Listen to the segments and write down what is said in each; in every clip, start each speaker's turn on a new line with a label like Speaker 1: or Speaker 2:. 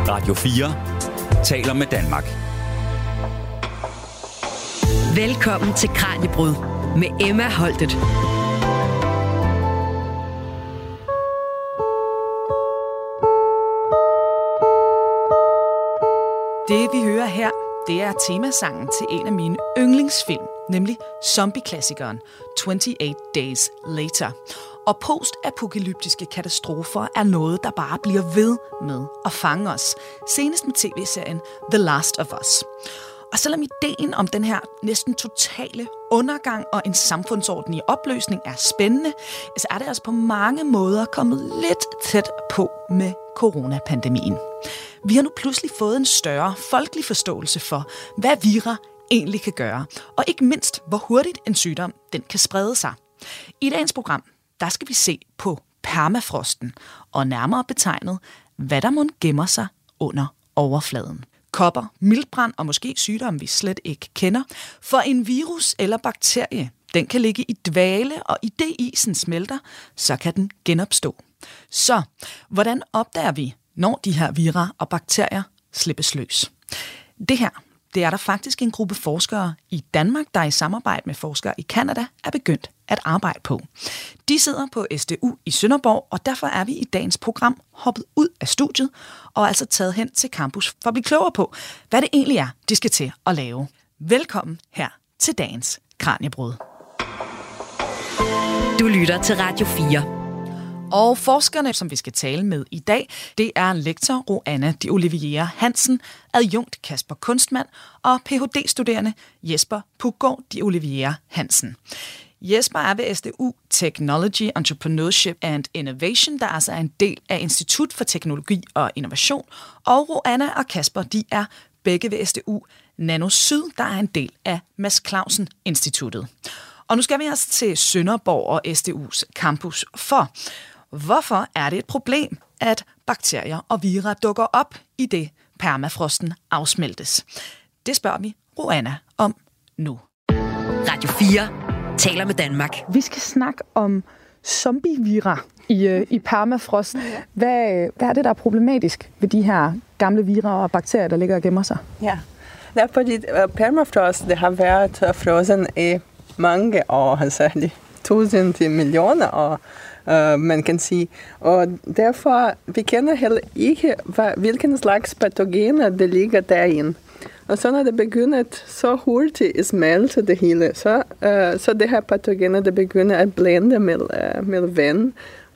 Speaker 1: Radio 4 taler med Danmark.
Speaker 2: Velkommen til Kraniebrud med Emma Holtet.
Speaker 3: Det vi hører her, det er temasangen til en af mine yndlingsfilm, nemlig zombie-klassikeren 28 Days Later. Og post-apokalyptiske katastrofer er noget, der bare bliver ved med at fange os. Senest med tv-serien The Last of Us. Og selvom ideen om den her næsten totale undergang og en samfundsorden i opløsning er spændende, så er det altså på mange måder kommet lidt tæt på med coronapandemien. Vi har nu pludselig fået en større folkelig forståelse for, hvad vira egentlig kan gøre, og ikke mindst, hvor hurtigt en sygdom den kan sprede sig. I dagens program, der skal vi se på permafrosten, og nærmere betegnet, hvad der mon gemmer sig under overfladen. Kopper, mildbrand og måske sygdomme, vi slet ikke kender. For en virus eller bakterie, den kan ligge i dvale, og i det isen smelter, så kan den genopstå. Så, hvordan opdager vi, når de her vira og bakterier slippes løs? Det her, det er der faktisk en gruppe forskere i Danmark, der i samarbejde med forskere i Canada er begyndt at arbejde på. De sidder på SDU i Sønderborg, og derfor er vi i dagens program hoppet ud af studiet og altså taget hen til campus for at blive klogere på, hvad det egentlig er, de skal til at lave. Velkommen her til dagens Kraniebrud.
Speaker 2: Du lytter til Radio 4.
Speaker 3: Og forskerne, som vi skal tale med i dag, det er lektor Roanna de Oliveira Hansen, adjunkt Kasper Kunstmann og Ph.D.-studerende Jesper Puggaard de Oliveira Hansen. Jesper er ved SDU Technology, Entrepreneurship and Innovation, der altså er en del af Institut for Teknologi og Innovation. Og Roanna og Kasper, de er begge ved SDU Nanosyd, der er en del af Mads Clausen Instituttet. Og nu skal vi altså til Sønderborg og SDU's campus, for hvorfor er det et problem, at bakterier og vira dukker op i det permafrosten afsmeltes? Det spørger vi Roanna om nu.
Speaker 2: Radio 4 taler med Danmark.
Speaker 4: Vi skal snakke om zombie-vira i permafrost. Hvad er det, der er problematisk ved de her gamle vira og bakterier, der ligger og gemmer sig?
Speaker 5: Ja, det er fordi permafrost det har været frozen i mange år, altså tusind til millioner år, man kan sige. Og derfor, vi kender heller ikke, hvilken slags patogener der ligger derinde. Og så når det begynder så hurtigt at smelte det hele, så det her patogener, der begynder at blende med vand,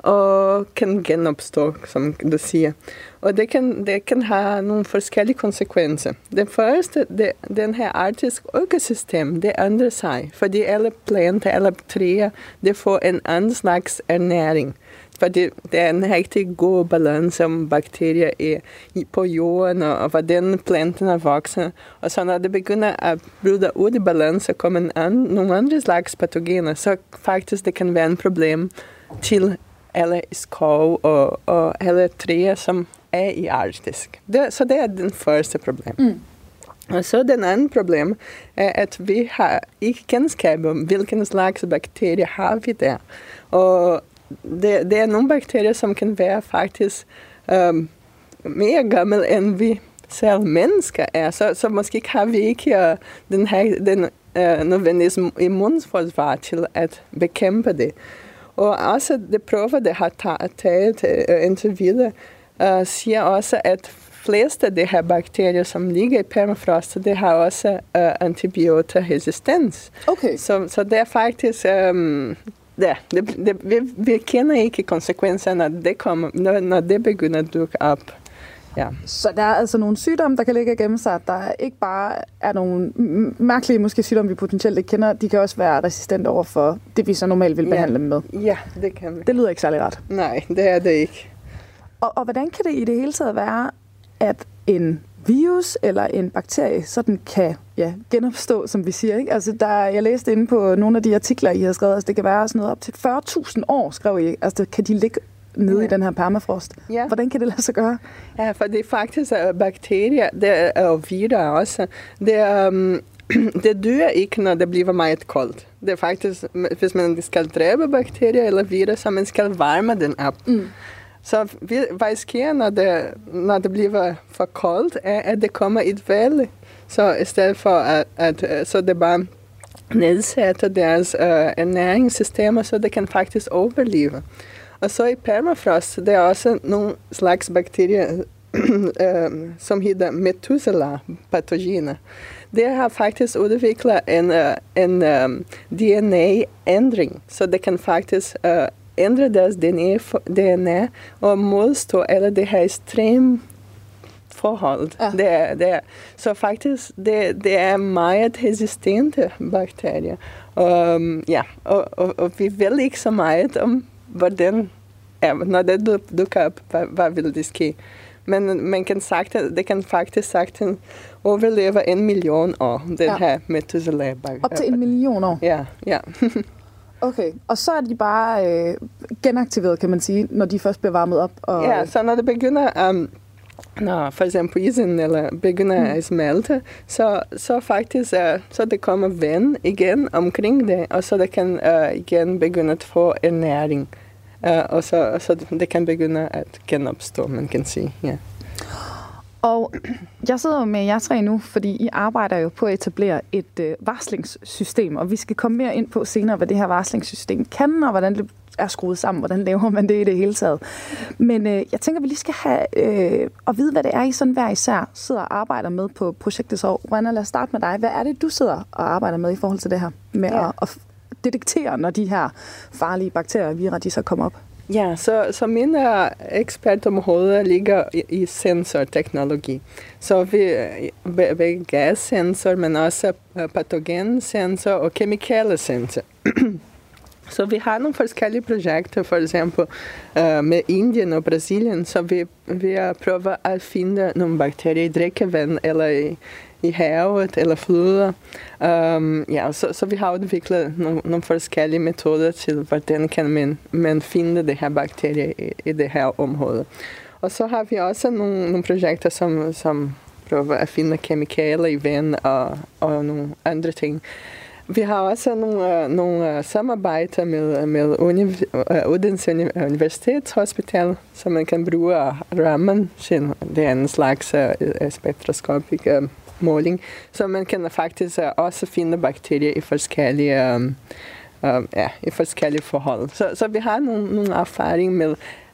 Speaker 5: og kan genopstå, som du siger. Og det kan have nogle forskellige konsekvenser. Det første, den her arktiske økosystem, det ændrer sig, fordi alle planter, alle træer, det får en anden slags ernæring. Fordi det er en rigtig god balance om bakterier på jorden, og hvordan planterne vokser. Og så når det begynder at bryde ud i balance, kommer nogle andre slags patogener, så faktisk det kan være et problem til alle skov og alle træer, som er i Arktis. Så det er den første problem. Mm. Og så den anden problem er, at vi har ikke kendskab om, hvilken slags bakterier har vi der. Og det er nogle bakterier, som kan være faktisk mere gammel, end vi selv mennesker er. Så måske har vi ikke den nødvendige immunforsvar til at bekæmpe det. Og også de prøver, der har taget indtil videre, siger også, at fleste af de her bakterier, som ligger i permafrost, det har også antibiotikaresistens.
Speaker 4: Okay.
Speaker 5: Så det er faktisk... vi kender ikke konsekvenserne, når det begynder at dukke op. Ja.
Speaker 4: Så der er altså nogle sygdomme, der kan ligge og gemme sig. Der ikke bare er nogle mærkelige måske sygdomme, vi potentielt ikke kender. De kan også være resistente over for det, vi så normalt vil behandle dem med.
Speaker 5: Ja, det kan vi.
Speaker 4: Det lyder ikke særlig ret.
Speaker 5: Nej, det er det ikke.
Speaker 4: Og hvordan kan det i det hele taget være, at en virus eller en bakterie sådan kan genopstå, som vi siger, ikke? Altså jeg læste inde på nogle af de artikler, I har skrevet, altså det kan være sådan noget op til 40.000 år, skrev I. Altså kan de ligge nede i den her permafrost.
Speaker 5: Ja.
Speaker 4: Hvordan kan det lade sig gøre?
Speaker 5: Ja, for det er faktisk bakterier, og vira også. Det dør ikke, når det bliver meget koldt. Det er faktisk, hvis man skal dræbe bakterier eller virus, så man skal varme den op. Mm. Så hvad sker, når det bliver for koldt, er, at det kommer et vælge. Så i stedet for, så det bare nedsætter deres ernæringssystemer, så det kan faktisk overleve. Og så i permafrost, der er også nogle slags bakterier, som hedder Methuselah-patogener. Det har faktisk udviklet en DNA-ændring, så det kan faktisk ændre deres DNA og modstå alle det her ekstreme forhold. Ja. Det er. Så faktisk, det er meget resistente bakterier. Og vi ved ikke så meget om, hvordan, når det dukker op, hvad vil det ske. Men det kan faktisk sagtens overleve 1 million år, den her Methuselah-bakterie.
Speaker 4: Op til 1 million år?
Speaker 5: Ja.
Speaker 4: Okay, og så er de bare genaktiveret, kan man sige, når de først bliver varmet op? Og
Speaker 5: ja, så når det begynder, når for eksempel isen eller begynder at smelte, så faktisk så det kommer vand igen omkring det, og så det kan igen begynde at få ernæring. Og så det kan begynde at genopstå, man kan sige. Ja.
Speaker 4: Og jeg sidder med jer tre nu, fordi I arbejder jo på at etablere et varslingssystem, og vi skal komme mere ind på senere, hvad det her varslingssystem kan, og hvordan det er skruet sammen, hvordan laver man det i det hele taget. Men jeg tænker, vi lige skal have at vide, hvad det er, I sådan hver især sidder og arbejder med på projektet. Så Rønne, lad os starte med dig. Hvad er det, du sidder og arbejder med i forhold til det her, med at detektere, når de her farlige bakterier og virer, de så kommer op?
Speaker 5: Ja, så mine ekspertområder ligger i sensorteknologi. Så vi gassensor, men også patogensensor og kemikaliesensor. Så vi har nogle forskellige projekter, for eksempel med Indien og Brasilien, så vi prøver at finde nogle bakterier i drikkevand eller i havet eller floder. Så vi har udviklet nogle forskellige metoder til, hvordan kan man finde de her bakterier i det her område. Og så har vi også nogle projekter, som prøver at finde kemikalier i vand og nogle andre ting. Vi har også nogle samarbejder med Odense Universitetshospital, så man kan bruge Raman, det er en slags spektroskopisk måling, så man kan faktisk også finde bakterier i forskellige forhold. Så vi har nogle erfaring med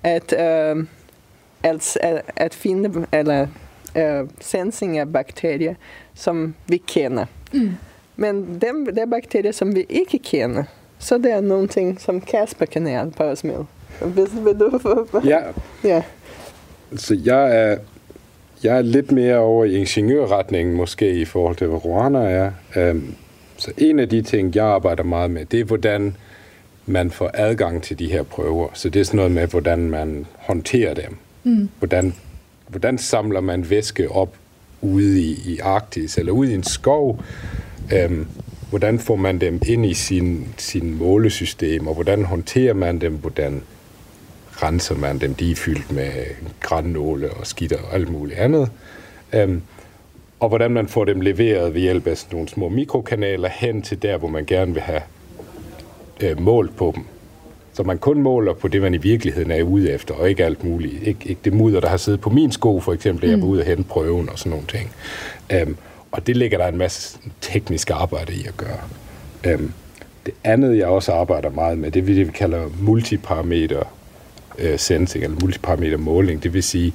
Speaker 5: at finde eller sensing af bakterier, som vi kender. Men det er bakterier, som vi ikke kender. Så det er nogle ting, som Kasper kan hjælpe os med. Vil du få?
Speaker 6: Ja. Så jeg er lidt mere over i ingeniørretningen, måske i forhold til, hvad Rwanda er. Så en af de ting, jeg arbejder meget med, det er, hvordan man får adgang til de her prøver. Så det er sådan noget med, hvordan man håndterer dem. Hvordan samler man væske op ude i Arktis, eller ude i en skov? Hvordan får man dem ind i sin målesystem, og hvordan håndterer man dem, hvordan renser man dem, de er fyldt med grannåle og skitter og alt muligt andet. Og hvordan man får dem leveret ved hjælp af nogle små mikrokanaler hen til der, hvor man gerne vil have målt på dem. Så man kun måler på det, man i virkeligheden er ude efter, og ikke alt muligt. Ikke det mudder, der har siddet på min sko, for eksempel, jeg var ude og hente prøven og sådan nogle ting. Og det ligger der en masse teknisk arbejde i at gøre. Det andet, jeg også arbejder meget med, det er det, vi kalder multiparameter sensing, eller multiparameter måling. Det vil sige,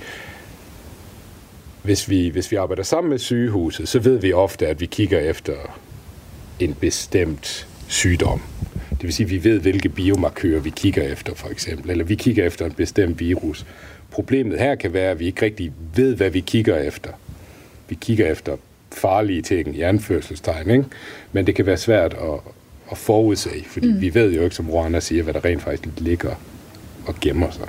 Speaker 6: hvis vi arbejder sammen med sygehuset, så ved vi ofte, at vi kigger efter en bestemt sygdom. Det vil sige, at vi ved, hvilke biomarkører vi kigger efter, for eksempel. Eller vi kigger efter en bestemt virus. Problemet her kan være, at vi ikke rigtig ved, hvad vi kigger efter. Vi kigger efter farlige ting i anførselstegn, ikke? Men det kan være svært at forudse, fordi vi ved jo ikke, som Rwanda siger, hvad der rent faktisk ligger og gemmer sig.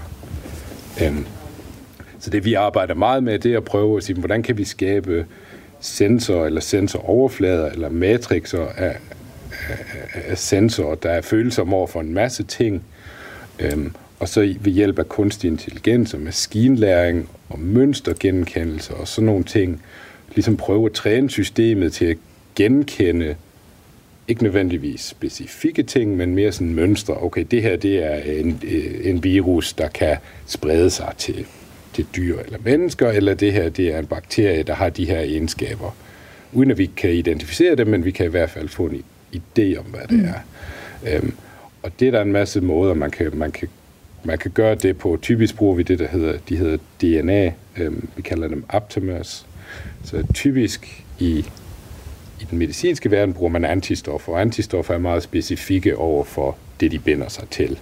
Speaker 6: Så det vi arbejder meget med, det er at prøve at sige, hvordan kan vi skabe sensorer eller sensoroverflader eller matrixer af sensorer, der er følsomme over for en masse ting, og så ved hjælp af kunstig intelligens og maskinlæring og mønstergenkendelse og sådan nogle ting, ligesom prøve at træne systemet til at genkende ikke nødvendigvis specifikke ting, men mere sådan mønstre. Okay, det her det er en virus, der kan sprede sig til dyr eller mennesker, eller det her det er en bakterie, der har de her egenskaber. Uden at vi kan identificere det, men vi kan i hvert fald få en idé om, hvad det er. Og det er der en masse måder, man kan gøre det på. Typisk bruger vi det, de hedder DNA. Vi kalder dem aptamers. Så typisk i den medicinske verden bruger man antistoffer, og antistoffer er meget specifikke over for det, de binder sig til.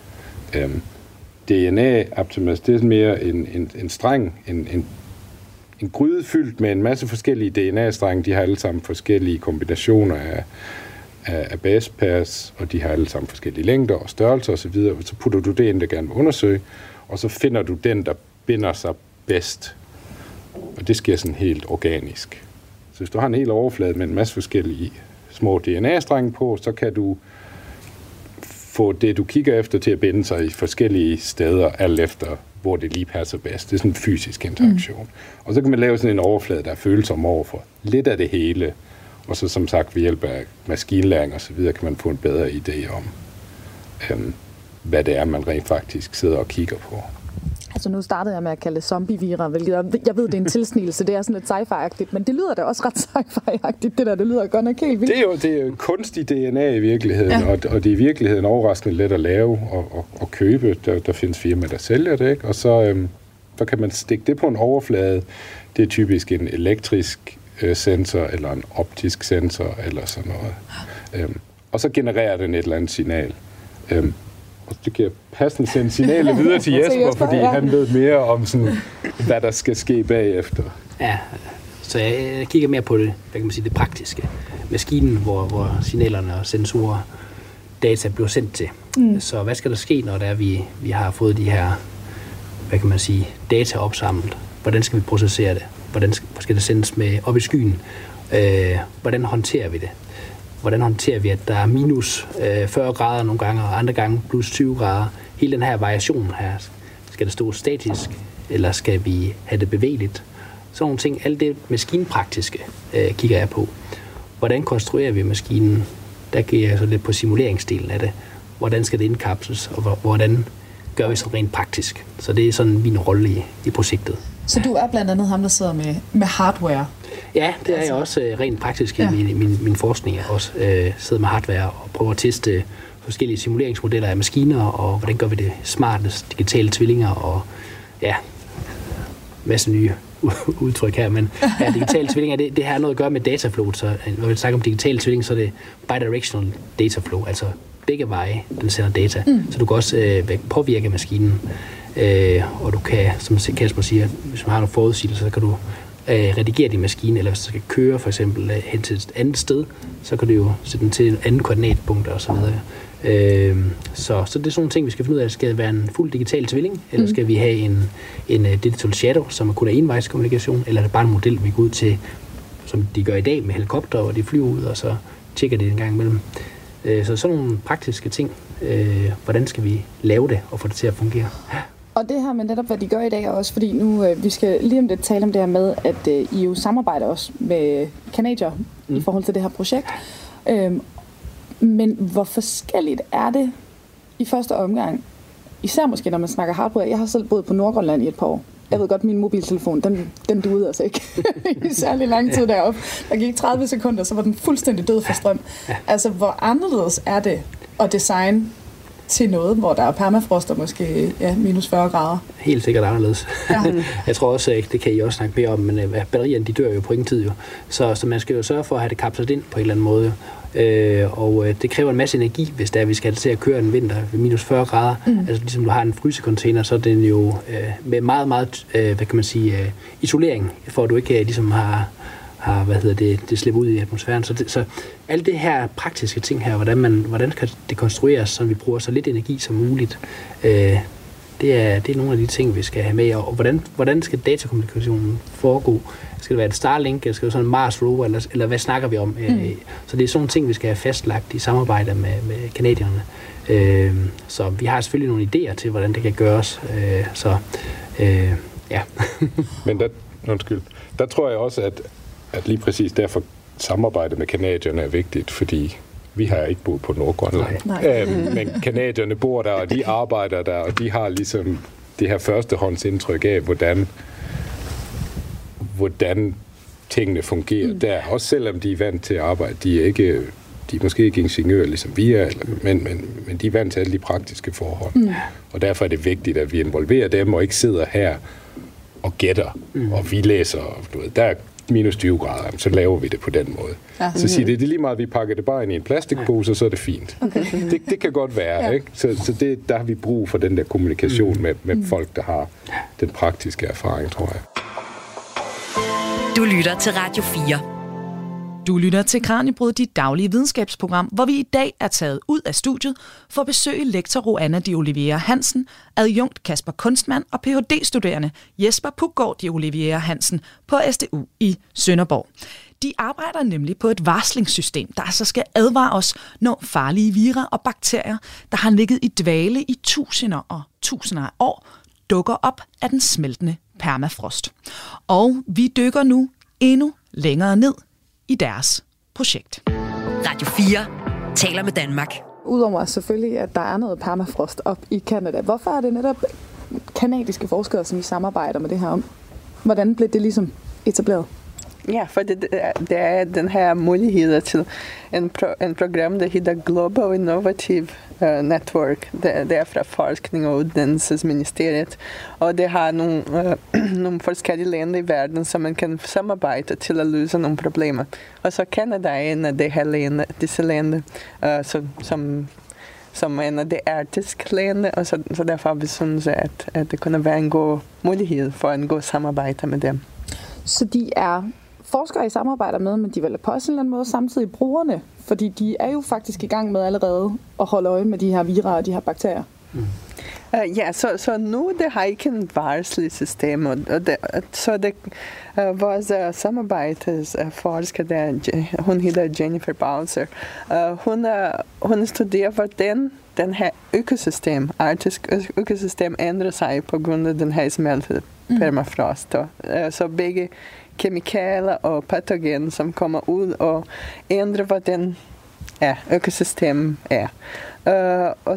Speaker 6: DNA-aptamers, det er mere en streng, en gryde fyldt med en masse forskellige DNA-strenge. De har alle sammen forskellige kombinationer af basepairs, og de har alle sammen forskellige længder og størrelser osv. Så putter du det ind, der gerne vil undersøge, og så finder du den, der binder sig bedst. Og det sker sådan helt organisk. Så hvis du har en hel overflade med en masse forskellige små DNA-strenge på, så kan du få det, du kigger efter, til at binde sig i forskellige steder, alt efter, hvor det lige passer bedst. Det er sådan en fysisk interaktion. Og så kan man lave sådan en overflade, der er følsom overfor lidt af det hele. Og så som sagt, ved hjælp af maskinlæring og så videre, kan man få en bedre idé om, hvad det er, man rent faktisk sidder og kigger på.
Speaker 4: Altså nu startede jeg med at kalde det zombie-vira, hvilket jeg ved, det er en tilsnigelse, det er sådan lidt sci-fi-agtigt, men det lyder da også ret sci-fi-agtigt, det lyder godt nok helt vildt. Det er jo kunstig DNA i virkeligheden, ja. Og det er i virkeligheden overraskende let at lave og købe. Der findes firmaer, der sælger det, ikke? Og så kan man stikke det på en overflade. Det er typisk en elektrisk sensor, eller en optisk sensor, eller sådan noget. Og så genererer den et eller andet signal. Og det kan passende sende signalet videre til Jesper, fordi han ved mere om, sådan, hvad der skal ske bagefter.
Speaker 7: Ja, så jeg kigger mere på det, hvad kan man sige, det praktiske. Maskinen, hvor signalerne og sensorer, data bliver sendt til. Så hvad skal der ske, når det er, vi har fået de her, hvad kan man sige, data opsamlet? Hvordan skal vi processere det? Hvordan skal det sendes med op i skyen? Hvordan håndterer vi det? Hvordan håndterer vi, at der er minus 40 grader nogle gange, og andre gange plus 20 grader? Hele den her variation her, skal det stå statisk, eller skal vi have det bevægeligt? Sådan nogle ting, alt det maskinpraktiske kigger jeg på. Hvordan konstruerer vi maskinen? Der giver jeg så lidt på simuleringsdelen af det. Hvordan skal det indkapsles, og hvordan gør vi så rent praktisk? Så det er sådan min rolle i projektet.
Speaker 3: Så du er blandt andet ham, der sidder med hardware?
Speaker 7: Ja, det er jeg også rent praktisk i min forskning. Jeg også sidder med hardware og prøver at teste forskellige simuleringsmodeller af maskiner, og hvordan gør vi det smartest, digitale tvillinger, og ja, masse nye udtryk her, men ja, digitale tvillinger, det har noget at gøre med dataflow, så når vi snakker om digitale tvillinger, så er det bidirectional dataflow, altså begge veje, den sender data, så du kan også påvirke maskinen, og du kan, som Kasper siger, hvis man har nogle forudsigelser, så kan du redigere din maskine, eller hvis du skal køre for eksempel hen til et andet sted, så kan du jo sætte den til en anden koordinatpunkt og så videre. Så det er sådan nogle ting, vi skal finde ud af. Skal det være en fuld digital tvilling, eller skal vi have en digital shadow, som kun er envejskommunikation, eller er det bare en model, vi går ud til, som de gør i dag med helikopter, og de flyver ud, og så tjekker det en gang imellem. Så sådan nogle praktiske ting. Hvordan skal vi lave det, og få det til at fungere?
Speaker 4: Og det her med netop, hvad de gør i dag også, fordi nu, vi skal lige om lidt tale om det her med, at I jo samarbejder også med Canadier i forhold til det her projekt. Men hvor forskelligt er det i første omgang? Især måske, når man snakker hardware. Jeg har selv boet på Nordgrønland i et par år. Jeg ved godt, min mobiltelefon, den duede altså ikke i særlig lang tid deroppe. Der gik 30 sekunder, så var den fuldstændig død for strøm. Altså, hvor anderledes er det at designe til noget, hvor der er permafrost og måske minus 40 grader? Helt sikkert anderledes. Ja.
Speaker 7: Jeg tror også, det kan I også snakke mere om, men batterierne, de dør jo på ingen tid jo. Så man skal jo sørge for at have det kapslet ind på en eller anden måde. Og det kræver en masse energi, hvis vi skal til at køre en vinter ved minus 40 grader. Altså ligesom du har en frysecontainer, så er den jo med meget, meget, hvad kan man sige, isolering, for at du ikke ligesom har det slipper ud i atmosfæren. Så alle det her praktiske ting her, hvordan kan det konstrueres, så vi bruger så lidt energi som muligt, det er nogle af de ting, vi skal have med. Og hvordan skal datakommunikationen foregå? Skal det være et Starlink, eller skal det være sådan en Mars rover, eller hvad snakker vi om? Så det er sådan nogle ting, vi skal have fastlagt i samarbejde med canadierne. Så vi har selvfølgelig nogle idéer til, hvordan det kan gøres. Ja.
Speaker 6: Men der tror jeg også, at lige præcis derfor samarbejde med canadierne er vigtigt, fordi Vi har ikke boet på Nordgrønland. Men kanadierne bor der, og de arbejder der, og de har ligesom det her førstehåndsindtryk af, hvordan tingene fungerer der. Også selvom de er vant til at arbejde. De er måske ikke ingeniører, ligesom vi er, men de er vant til alle de praktiske forhold. Og derfor er det vigtigt, at vi involverer dem, og ikke sidder her og gætter, og vi læser, der er minus 20 grader, så laver vi det på den måde. Ja. Så siger det er lige meget, at vi pakker det bare ind i en plastikpose, og så er det fint. Okay. Det kan godt være, ikke? Så der har vi brug for den der kommunikation med folk, der har den praktiske erfaring, tror jeg.
Speaker 2: Du lytter til Radio 4.
Speaker 3: Du lytter til Kraniebrud, dit daglige videnskabsprogram, hvor vi i dag er taget ud af studiet for at besøge lektor Roanna de Oliveira Hansen, adjunkt Kasper Kunstmann og Ph.D.-studerende Jesper Puggaard de Oliveira Hansen på SDU i Sønderborg. De arbejder nemlig på et varslingssystem, der altså skal advare os, når farlige vira og bakterier, der har ligget i dvale i tusinder og tusinder af år, dukker op af den smeltende permafrost. Og vi dykker nu endnu længere ned i deres projekt.
Speaker 2: Radio 4 taler med Danmark.
Speaker 4: Udover selvfølgelig, at der er noget permafrost op i Canada. Hvorfor er det netop kanadiske forskere, som I samarbejder med det her om? Hvordan blev det ligesom etableret?
Speaker 5: Ja, for det er den her mulighed til en program, der hedder Global Innovative Network. Det er fra Forskning og Uddannelsesministeriet, og det har nogle forskellige lande i verden, som man kan samarbejde til at løse nogle problemer. Og så Canada er en af disse lande, som en af de arktiske lande, og så derfor vi synes, at det kunne være en god mulighed for en god samarbejde med dem.
Speaker 4: Så de er forskere, I samarbejder med, men de er vel på en eller anden måde samtidig brugerne, fordi de er jo faktisk i gang med allerede at holde øje med de her vira og de her bakterier.
Speaker 5: Så nu det har ikke en varslingssystem, så det vores samarbejdsforsker, hun hedder Jennifer Bowser, hun studerer, hvordan den her arktisk økosystem ændrer sig på grund af den her smeltede permafrost. Så begge kemikalier og patogener, som kommer ud og ændrer, hvordan økosystemet er. Og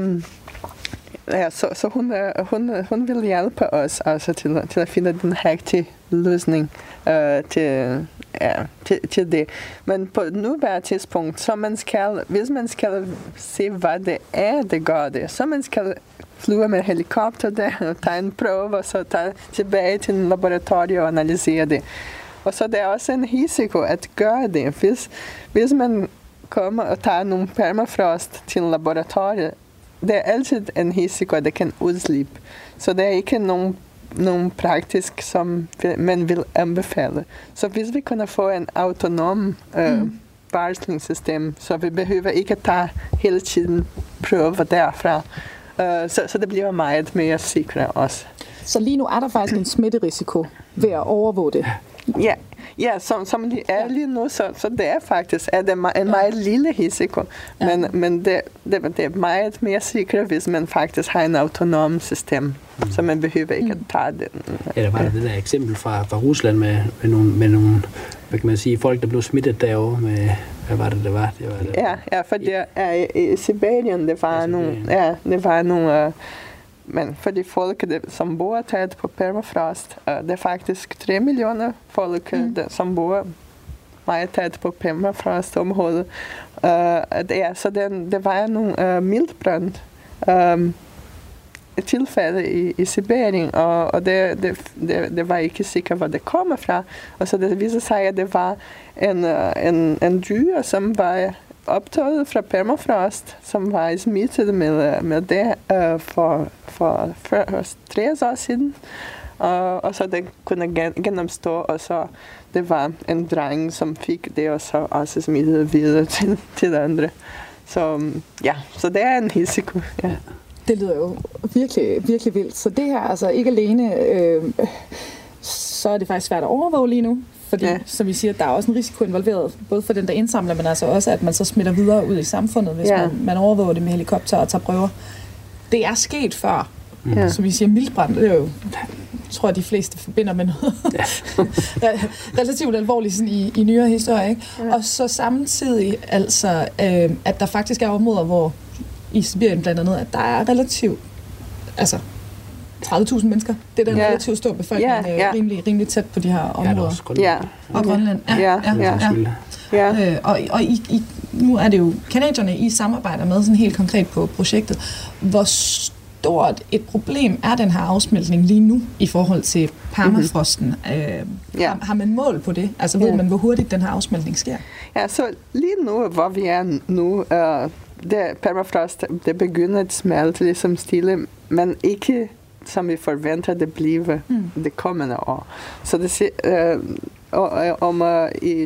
Speaker 5: så hun vil hjælpe os altså til at finde den rigtige løsning til det. Men på nuværende tidspunkt, hvis man skal se, hvad det er, det gør det, så man skal flyve med helikopter der og tage en prøve, og så tage tilbage til en laboratorium og analysere det. Og så det er også en risiko at gøre det. Hvis man kommer og tager nogle permafrost til en laboratorium, det er altid en risiko, at det kan udslippe. Så det er ikke nogen praktisk, som man vil anbefale. Så hvis vi kunne få en autonom varslingssystem, så vi behøver ikke at tage hele tiden prøver derfra. Så det bliver meget mere sikre også.
Speaker 4: Så lige nu er der faktisk en smitterisiko ved at overvåge det?
Speaker 5: Ja, som det er lige nu, så det er faktisk en meget lille risiko. Men det er meget mere sikkert, hvis man faktisk har en autonom system, så man behøver ikke at tage det.
Speaker 7: Ja, der var det der eksempel fra Rusland med nogle, hvad kan man sige, folk, der blev smittet derovre med, hvad var det var?
Speaker 5: Ja, for det er i Sibirien, det var nogle men for de folk, som bor tæt på permafrost, det er faktisk 3 millioner folk, som bor meget tæt på permafrostområdet. Så det var nogle mildbrand tilfælde i Sibirien, og det var ikke sikkert, hvor det kommer fra. Og så det viser sig, at det var en dyr, som var optaget fra permafrost, som var smittet med det for 3 år siden. Og så det kunne gennemstå, og så det var en dreng, som fik det, og så også smittet videre til andre. Så det er en risiko. Ja.
Speaker 4: Det lyder jo virkelig, virkelig vildt. Så det her, altså ikke alene, så er det faktisk svært at overvåge lige nu. Fordi, som vi siger, der er også en risiko involveret, både for den, der indsamler, men altså også, at man så smitter videre ud i samfundet, hvis man overvåger det med helikopter og tager prøver. Det er sket før. Som vi siger, mildbrand, det er jo tror jeg, de fleste forbinder med noget relativt alvorligt sådan i nyere historie. Ikke? Ja. Og så samtidig altså, at der faktisk er områder, hvor i Sibirien blandt andet, at der er relativt, altså 30.000 mennesker. Det er den relativt stor befolkning, rimelig tæt på de her områder.
Speaker 5: Ja,
Speaker 4: og Grønland. Og nu er det jo canadierne, I samarbejder med sådan helt konkret på projektet. Hvor stort et problem er den her afsmeltning lige nu i forhold til permafrosten? Har man mål på det? Altså ved man, hvor hurtigt den her afsmeltning sker?
Speaker 5: Ja, så lige nu, hvor vi er nu, permafrost, det begynder at smelte ligesom stille, men ikke som vi forventer det bliver det kommende år. Så det i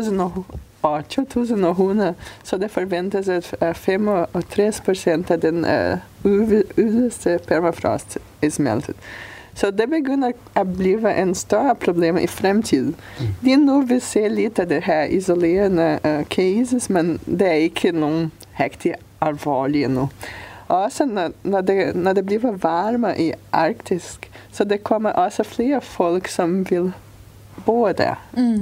Speaker 5: 2100, så det forventes at 65% af den yderste permafrost er smeltet. Så det begynder at blive en større problem i fremtiden. Lige nu vi ser lidt af det her isolerende cases, men det er ikke nogen rigtig alvorlige nu. Også når det bliver varmere i Arktis, så det kommer også flere folk, som vil bo der.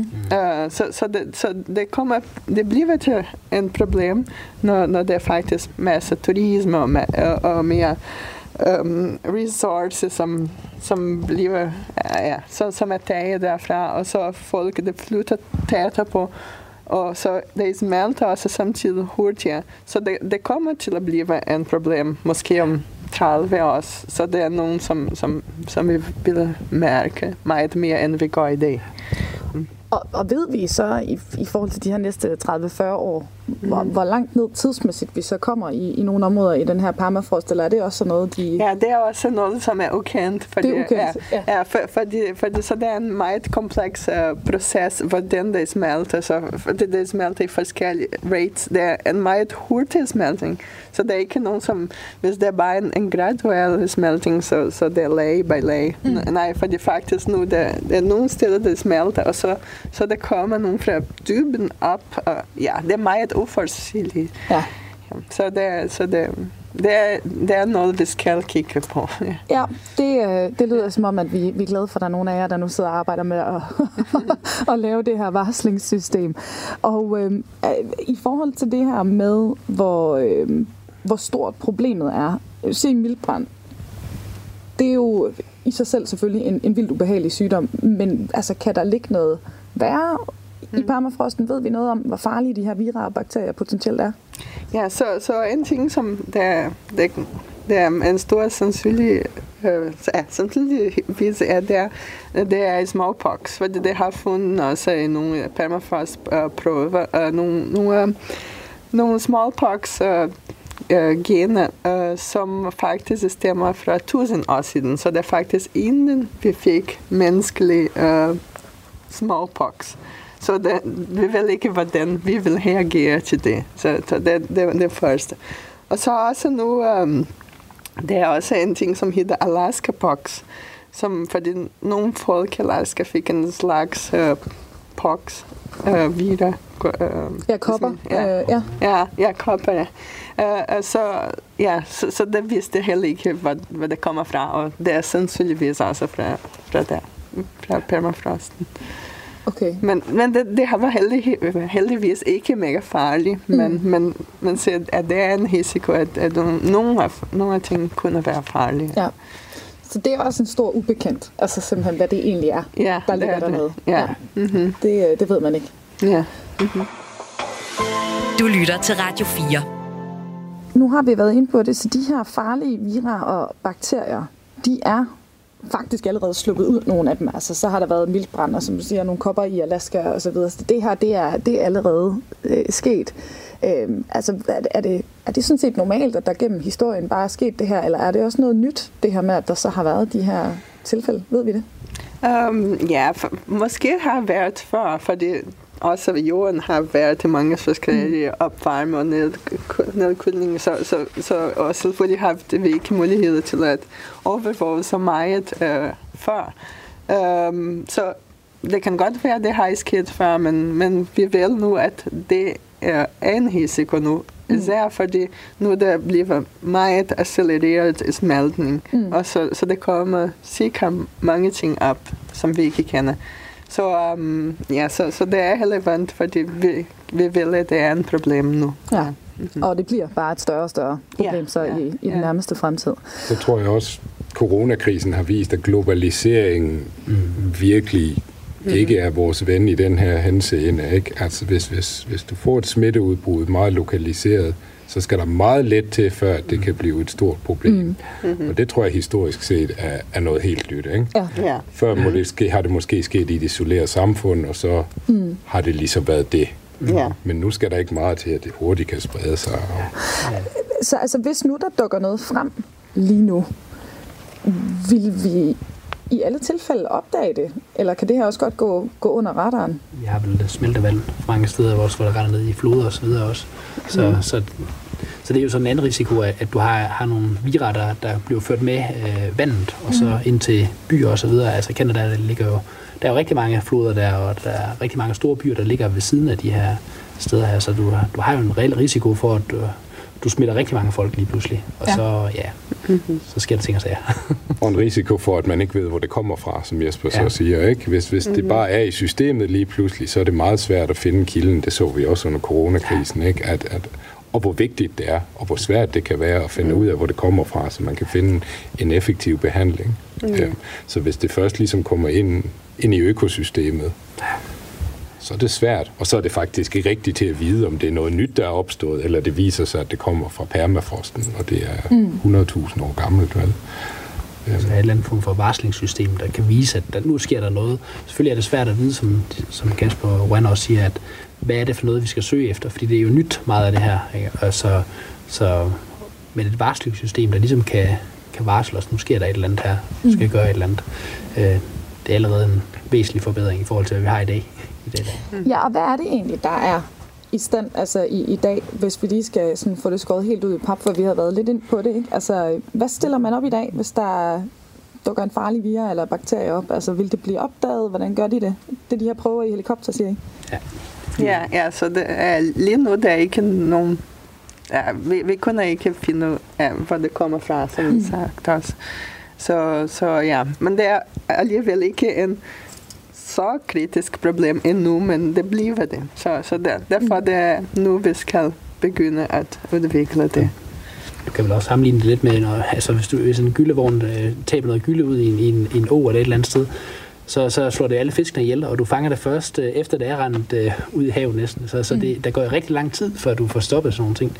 Speaker 5: Så det bliver til en problem, når det er faktisk masser turisme og mere resources, som bliver som er taget derfra, og så folk det flytter tættere på. Og så det smelter også samtidig hurtigere. Så det kommer til at blive en problem, måske om 30 år. Så det er nogen, som vi vil mærke meget mere, end vi gør i dag.
Speaker 4: Og ved vi så, i forhold til de her næste 30-40 år, hvor langt ned tidsmæssigt vi så kommer i nogle områder i den her permafrost, eller er det også noget, de...
Speaker 5: Ja, det er også noget, som er ukendt. Fordi, det er ukendt, fordi så det er en meget kompleks proces, hvordan det smelter. Så fordi det smelter i forskellige rates. Det er en meget hurtig smeltning. Så det er ikke nogen som... Hvis det er bare en graduel smeltning, så det er lag by lag. Nej, fordi faktisk nu, det er nogle steder, det smelter, og så det kommer nogen fra dyben op. Og, det er meget uforudsigeligt. Ja. Så det er noget, vi skal kigge på.
Speaker 4: Ja, det lyder som om, at vi er glade for, at der er nogle af jer, der nu sidder og arbejder med at lave det her varslingssystem. Og i forhold til det her med, hvor stort problemet er, se mildbrand, det er jo i sig selv selvfølgelig en vildt ubehagelig sygdom, men altså, kan der ligge noget værre i permafrosten? Ved vi noget om, hvor farlige de her vira og bakterier potentielt er?
Speaker 5: Ja, så en ting, som der er en stor sandsynligvis det er smallpox, fordi det har fundet også i nogle permafrostprøver nogle smallpox gener, som faktisk stemmer fra 1000 år siden. Så det er faktisk inden vi fik menneskelig smallpox. Så vi ved ikke, hvordan vi vil reagere til det. Så det er det første. Og så også nu, det er også en ting, som hedder Alaska pox, fordi nogle folk i Alaska fik en slags pox, vira.
Speaker 4: Kopper.
Speaker 5: Kopper. Så det vidste heller ikke, hvad det kommer fra, og det er sandsynligvis også fra permafrosten.
Speaker 4: Okay.
Speaker 5: Men det har været heldigvis ikke mega farligt, men ser, at det er en risiko, at nogle af ting kunne være farlige.
Speaker 4: Ja. Så det er også en stor ubekendt, altså simpelthen, hvad det egentlig er, der ligger dernede.
Speaker 5: Ja. Mm-hmm.
Speaker 4: Det ved man ikke.
Speaker 5: Ja. Mm-hmm.
Speaker 2: Du lytter til Radio 4.
Speaker 4: Nu har vi været inde på det, så de her farlige vira og bakterier, de er faktisk allerede sluppet ud, nogle af dem. Altså, så har der været mildbrand, og som du siger, nogle kopper i Alaska og så videre. Så det her, det er allerede sket. Altså, er det sådan set normalt, at der gennem historien bare er sket det her, eller er det også noget nyt, det her med, at der så har været de her tilfælde? Ved vi det?
Speaker 5: Måske har været før, fordi også jorden har været til mange forskellige opvarme og nedkøling, så og selvfølgelig har vi ikke mulighed til at overvåge så meget før. Så det kan godt være, at det har sket før, men vi ved nu, at det er en risiko nu, Især fordi nu der bliver meget accelereret smeltning, og så det kommer sikkert mange ting op, som vi ikke kender. Så så det er relevant, fordi vi vil, at det er et problem nu.
Speaker 4: Ja. Og det bliver bare et større og større problem i den nærmeste fremtid.
Speaker 6: Så tror jeg også, coronakrisen har vist, at globaliseringen virkelig ikke er vores ven i den her henseende. Ikke? Altså hvis du får et smitteudbrud meget lokaliseret, så skal der meget let til, før det kan blive et stort problem. Og det tror jeg historisk set er noget helt nyt. Ikke?
Speaker 5: Ja.
Speaker 6: Før har det måske sket i et isoleret samfund, og så har det ligesom været det.
Speaker 5: Ja.
Speaker 6: Men nu skal der ikke meget til, at det hurtigt kan sprede sig.
Speaker 4: Så altså, hvis nu der dukker noget frem lige nu, vil vi i alle tilfælde opdage det? Eller kan det her også godt gå under radaren?
Speaker 7: Vi har vel smeltevand mange steder, hvor der render ned i floder og så videre også. Så det er jo sådan en anden risiko, at du har nogle vira, der bliver ført med vandet, og så ind til byer og så videre. Altså Canada, der er jo rigtig mange floder der, og der er rigtig mange store byer, der ligger ved siden af de her steder her. Så du har jo en reel risiko for, at du smitter rigtig mange folk lige pludselig. Og så sker der ting og sager.
Speaker 6: Og en risiko for, at man ikke ved, hvor det kommer fra, som Jesper så siger. Ikke? Hvis det bare er i systemet lige pludselig, så er det meget svært at finde kilden. Det så vi også under coronakrisen. Ikke? Og hvor vigtigt det er, og hvor svært det kan være at finde ud af, hvor det kommer fra, så man kan finde en effektiv behandling. Så hvis det først ligesom kommer ind i økosystemet, så er det svært. Og så er det faktisk ikke rigtigt til at vide, om det er noget nyt, der er opstået, eller det viser sig, at det kommer fra permafrosten, og det er 100.000 år gammelt. Vel?
Speaker 7: Altså et eller andet form for varslingssystem, der kan vise, at nu sker der noget. Selvfølgelig er det svært at vide, som Kasper Rønne også siger, at hvad er det for noget, vi skal søge efter? Fordi det er jo nyt meget af det her. Ikke? Og så med et varslingssystem, der ligesom kan varsle os, nu sker der et eller andet her, nu skal gøre et eller andet. Det er allerede en væsentlig forbedring i forhold til, hvad vi har i dag.
Speaker 4: Ja, og hvad er det egentlig, der er i stand, altså i dag, hvis vi lige skal sådan få det skåret helt ud i pap, for vi har været lidt ind på det, ikke? Altså, hvad stiller man op i dag, hvis der dukker en farlig vira eller bakterie op? Altså, vil det blive opdaget? Hvordan gør de det? Det de her prøver i helikopter, siger I?
Speaker 5: Ja, så det er, lige nu der er ikke nogen... Ja, vi kunne ikke finde ud af, hvor det kommer fra, som vi sagt også. Så ja, men det er alligevel ikke en så kritisk problem endnu, men det bliver det. Så derfor det er nu, vi skal begynde at udvikle det.
Speaker 7: Du kan vel også sammenligne det lidt med, hvis en gyllevogn taber noget gylde ud i en å eller et eller andet sted, så slår det alle fiskene ihjel, og du fanger det først efter det er rendt ud i havet næsten. Så der går rigtig lang tid, før du får stoppet sådan nogle ting.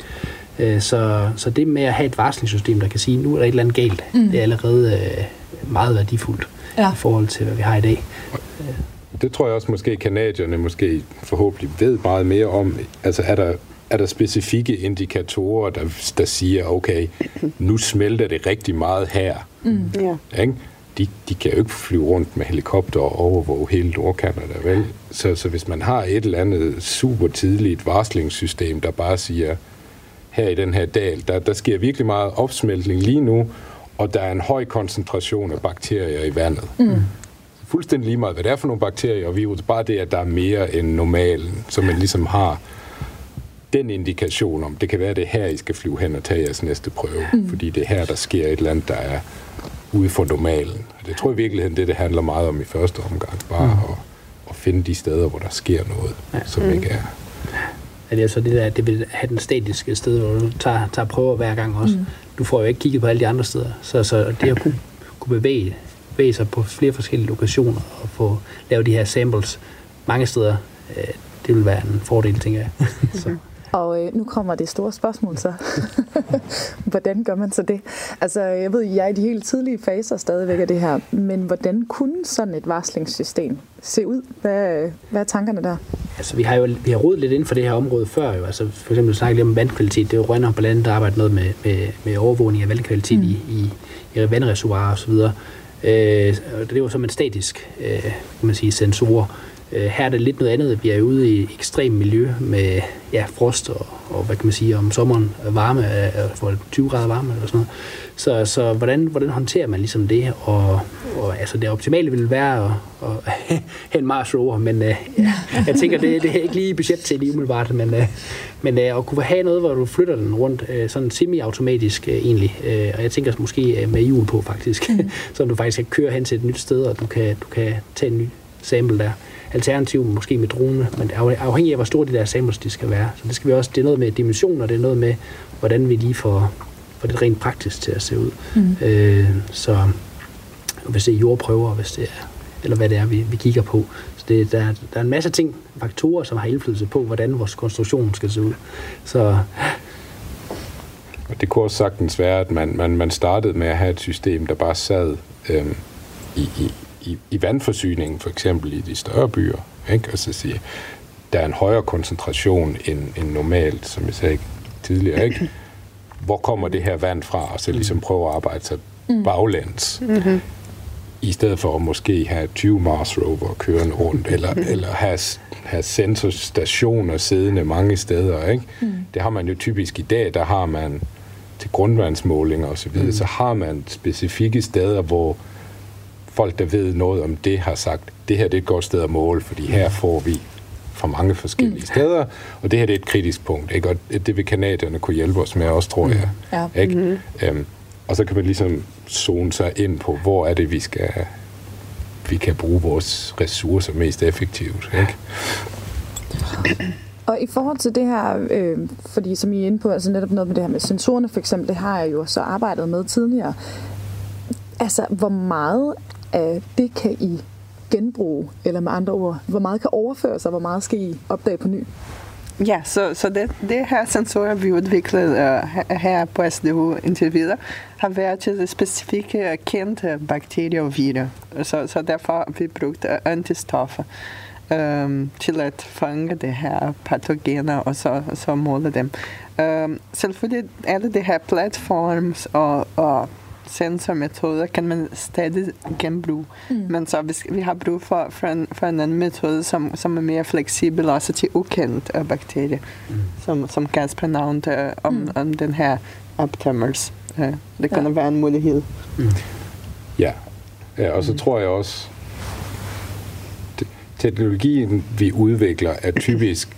Speaker 7: Så det med at have et varslingssystem, der kan sige, nu er der et eller andet galt, det er allerede meget værdifuldt i forhold til, hvad vi har i dag.
Speaker 6: Det tror jeg også måske kanadierne forhåbentlig ved meget mere om. Altså er der specifikke indikatorer, der siger, okay, nu smelter det rigtig meget her. Ikke? De kan jo ikke flyve rundt med helikopter og overvåge hele Nordcanada, vel? Så hvis man har et eller andet super tidligt varslingssystem, der bare siger, her i den her dal, der sker virkelig meget opsmeltning lige nu, og der er en høj koncentration af bakterier i vandet. Fuldstændig lige meget, hvad det er for nogle bakterier og virus, bare det, at der er mere end normalen, så man ligesom har den indikation om, det kan være, det her, I skal flyve hen og tage jeres næste prøve, fordi det er her, der sker et eller andet, der er ude for normalen. Og det tror jeg i virkeligheden, det handler meget om i første omgang, bare at finde de steder, hvor der sker noget, som ikke er.
Speaker 7: Ja, det er så det der, det vil have den statiske sted, hvor du tager prøver hver gang også. Du får jo ikke kigget på alle de andre steder, så det at kunne bevæge sig på flere forskellige lokationer og få lavet de her samples mange steder, det vil være en fordel, tænker jeg. Så.
Speaker 4: Og nu kommer det store spørgsmål så. Hvordan gør man så det? Altså, jeg ved, jeg er i de helt tidlige faser stadigvæk af det her, men hvordan kunne sådan et varslingssystem se ud? Hvad er tankerne der?
Speaker 7: Altså, vi har rodet lidt inden for det her område før jo. Altså, for eksempel snakke lidt om vandkvalitet. Det er jo Rønne blandt andet, der arbejder noget med overvågning af vandkvalitet i vandreservoirer og så videre. Det er jo som en statisk, kan man sige, sensorer. Her er det lidt noget andet. Vi er ude i et ekstremt miljø med frost og hvad kan man sige, om sommeren varme, for 20 grader varme eller sådan noget. Så hvordan håndterer man ligesom det? Og altså det optimale ville være at have en Mars rover, men jeg tænker, det er ikke lige budget til lige umiddelbart, men at kunne have noget, hvor du flytter den rundt, sådan semi-automatisk egentlig, og jeg tænker måske med hjul på faktisk, så du faktisk kan køre hen til et nyt sted, og du kan tage en ny sample der. Alternativ måske med drone, men afhængig af, hvor store de der samples de skal være. Så det skal vi også, det er noget med dimensioner, det er noget med, hvordan vi lige får det rent praktisk til at se ud. Så hvis det er jordprøver, hvis det er, eller hvad det er, vi kigger på. Så der er en masse ting, faktorer, som har indflydelse på, hvordan vores konstruktion skal se ud. Så
Speaker 6: det kunne også sagtens være, at man startede med at have et system, der bare sad i vandforsyningen, for eksempel i de større byer, ikke? Og så sige, der er en højere koncentration end normalt, som jeg sagde tidligere, ikke? Hvor kommer det her vand fra? Og så ligesom prøve at arbejde sig baglæns. I stedet for at måske have 20 Mars rover kørende rundt, eller have sensorstationer siddende mange steder, ikke? Det har man jo typisk i dag, der har man til grundvandsmålinger og så videre, så har man specifikke steder, hvor folk, der ved noget om det, har sagt, det her det er et godt sted at måle, fordi her får vi fra mange forskellige steder, og det her det er et kritisk punkt, ikke? Og det vil kanadierne kunne hjælpe os med også, tror jeg. Ja. Ikke? Og så kan man ligesom zone sig ind på, hvor er det, vi kan bruge vores ressourcer mest effektivt. Ikke?
Speaker 4: Og i forhold til det her, fordi som I er inde på, altså netop noget med det her med sensorerne for eksempel, det har jeg jo så arbejdet med tidligere. Altså, hvor meget af det kan I genbruge, eller med andre ord, hvor meget kan overføres, og hvor meget skal I opdage på ny?
Speaker 5: Ja, så det her sensorer, vi udviklede her på SDU indtil videre, har været til specifikke kendte bakterier og virer. Så derfor har vi brugt antistoffer til at fange det her patogener og så måle dem. Selvfølgelig er det her platforms og sensormetoder kan man stadig genbruge. Men så vi har brug for en anden metode, som er mere fleksibel også til ukendt bakterier, som Kasper nævnte om den her aptamers. Det kan være en mulighed.
Speaker 6: Ja, og så tror jeg også, teknologien vi udvikler er typisk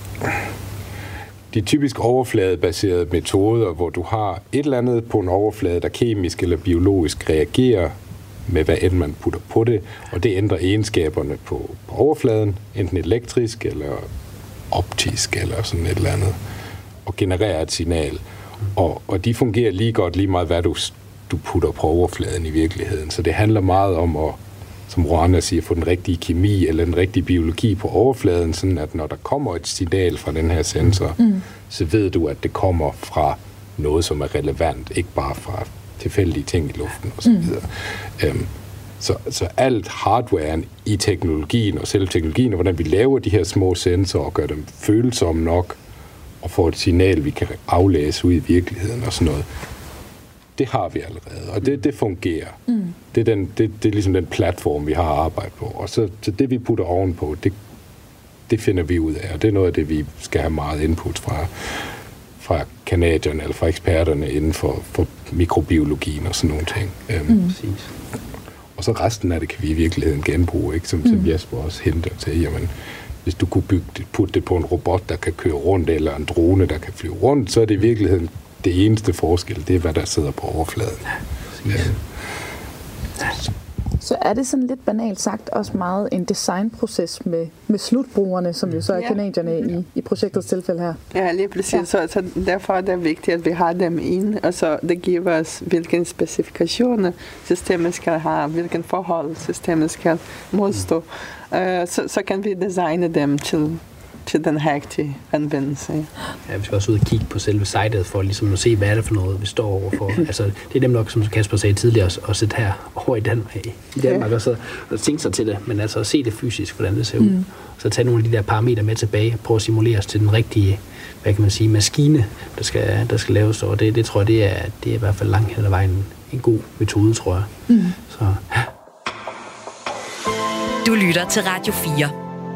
Speaker 6: de typisk overfladebaserede metoder, hvor du har et eller andet på en overflade, der kemisk eller biologisk reagerer med, hvad end man putter på det, og det ændrer egenskaberne på overfladen, enten elektrisk eller optisk eller sådan et eller andet, og genererer et signal. Og de fungerer lige godt, lige meget hvad du putter på overfladen i virkeligheden. Så det handler meget om at, som Ruana siger, få den rigtige kemi eller den rigtige biologi på overfladen, sådan at når der kommer et signal fra den her sensor, så ved du, at det kommer fra noget, som er relevant, ikke bare fra tilfældige ting i luften osv. Så alt hardwaren i teknologien og selve teknologien, og hvordan vi laver de her små sensorer og gør dem følsomme nok, og får et signal, vi kan aflæse ud i virkeligheden og sådan noget, det har vi allerede, og det fungerer. Det er ligesom den platform, vi har arbejdet på. Og så det, vi putter ovenpå, det finder vi ud af, og det er noget af det, vi skal have meget input fra kanadierne eller fra eksperterne inden for mikrobiologien og sådan nogle ting. Og så resten af det kan vi i virkeligheden genbruge, ikke? Som Jesper også henter til. Jamen, hvis du kunne putte det på en robot, der kan køre rundt, eller en drone, der kan flyve rundt, så er det i virkeligheden det eneste forskel, det er, hvad der sidder på overfladen.
Speaker 4: Så er det sådan lidt banalt sagt også meget en designproces med slutbrugerne, som jo så er kanadierne i projektets tilfælde her?
Speaker 5: Ja, lige præcis. Ja. Så derfor er det vigtigt, at vi har dem ind, og så det giver os, hvilke specifikationer systemet skal have, hvilken forhold systemet skal modstå. Så kan vi designe dem til den rigtige anvendelse.
Speaker 7: Ja, vi skal også ud og kigge på selve sitet for ligesom at se, hvad er det for noget, vi står overfor. Altså, det er nemt nok, som Kasper sagde tidligere, at sætte her over i Danmark og så tænke sig til det, men altså at se det fysisk, hvordan det ser ud. Så tage nogle af de der parametre med tilbage, prøve at simulere os til den rigtige, hvad kan man sige, maskine, der skal laves, og det tror jeg, det er i hvert fald langt hen ad vejen en god metode, tror jeg. Så.
Speaker 2: Du lytter til Radio 4.